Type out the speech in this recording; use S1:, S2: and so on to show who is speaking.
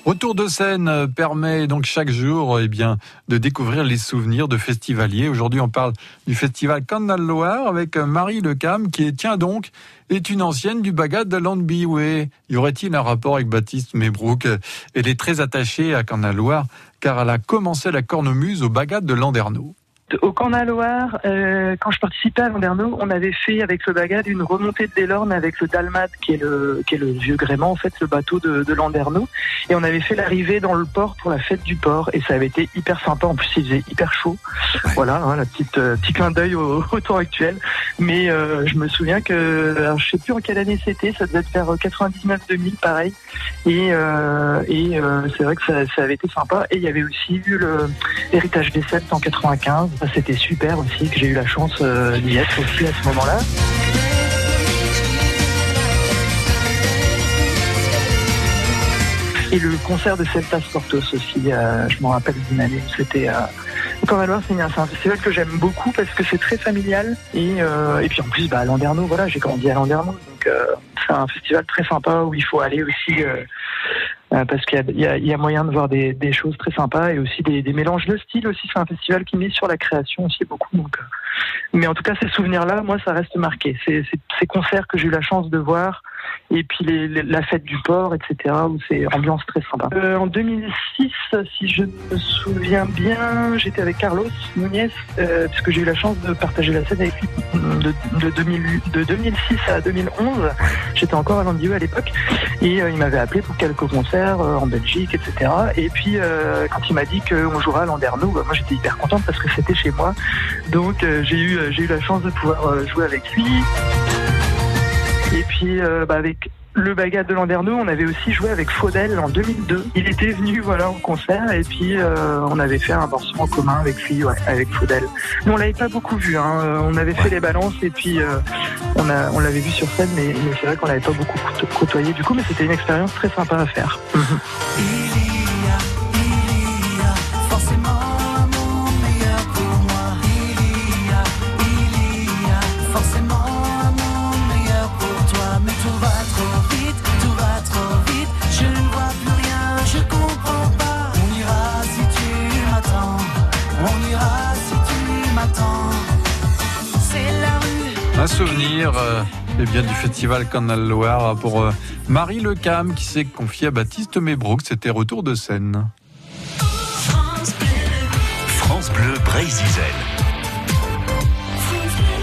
S1: Retour de scène permet donc chaque jour de découvrir les souvenirs de festivaliers. Aujourd'hui, on parle du festival Canal Loire avec Marie Lecam qui est une ancienne du Bagad de Landby. Oui, y aurait-il un rapport avec Baptiste Maybrook? Elle est très attachée à Canal Loire car elle a commencé la cornemuse au Bagad de Landerneau.
S2: Au Canal Loire, quand je participais à Landerneau, on avait fait avec le Bagad une remontée de l'Elorn avec le Dalmat, qui est le vieux gréement, en fait, le bateau de Landerneau. Et on avait fait l'arrivée dans le port pour la fête du port. Et ça avait été hyper sympa. En plus, il faisait hyper chaud. Ouais. Voilà, hein, petit clin d'œil au temps actuel. Mais je me souviens que, alors, je sais plus en quelle année c'était, ça devait être vers 99-2000, pareil. Et c'est vrai que ça avait été sympa. Et il y avait aussi eu l'héritage des Celtes en 95. C'était super aussi, que j'ai eu la chance d'y être aussi à ce moment-là. Et le concert de Celtas Portos aussi, je me rappelle d'une année où c'était... Canal Loire, c'est un festival que j'aime beaucoup parce que c'est très familial. Et puis en plus, à Landerneau, voilà, j'ai grandi à Landerneau. Donc c'est un festival très sympa où il faut aller aussi... parce qu'il y a moyen de voir des choses très sympas et aussi des mélanges de styles aussi. C'est un festival qui mise sur la création aussi beaucoup. Donc, mais en tout cas, ces souvenirs-là, moi, ça reste marqué. Ces concerts que j'ai eu la chance de voir et puis la fête du port, etc., où c'est ambiance très sympa. En 2006, si je me souviens bien, j'étais avec Carlos Núñez, puisque j'ai eu la chance de partager la scène avec lui de 2006 à 2011. J'étais encore à Landieu à l'époque et il m'avait appelé pour quelques concerts en Belgique, etc. Et puis quand il m'a dit qu'on jouera à Landerneau, moi j'étais hyper contente parce que c'était chez moi. Donc j'ai eu la chance de pouvoir jouer avec lui. Et puis avec le Bagad de Landerneau, on avait aussi joué avec Faudel en 2002. Il était venu en concert et puis on avait fait un morceau en commun avec lui, avec Faudel. Mais on l'avait pas beaucoup vu, hein. On avait fait les balances et puis on l'avait vu sur scène, mais c'est vrai qu'on l'avait pas beaucoup côtoyé du coup, mais c'était une expérience très sympa à faire.
S1: Un souvenir du festival Canal Loire pour Marie Lecam qui s'est confiée à Baptiste Maybrook. C'était retour de scène.
S3: France Bleu Brésil.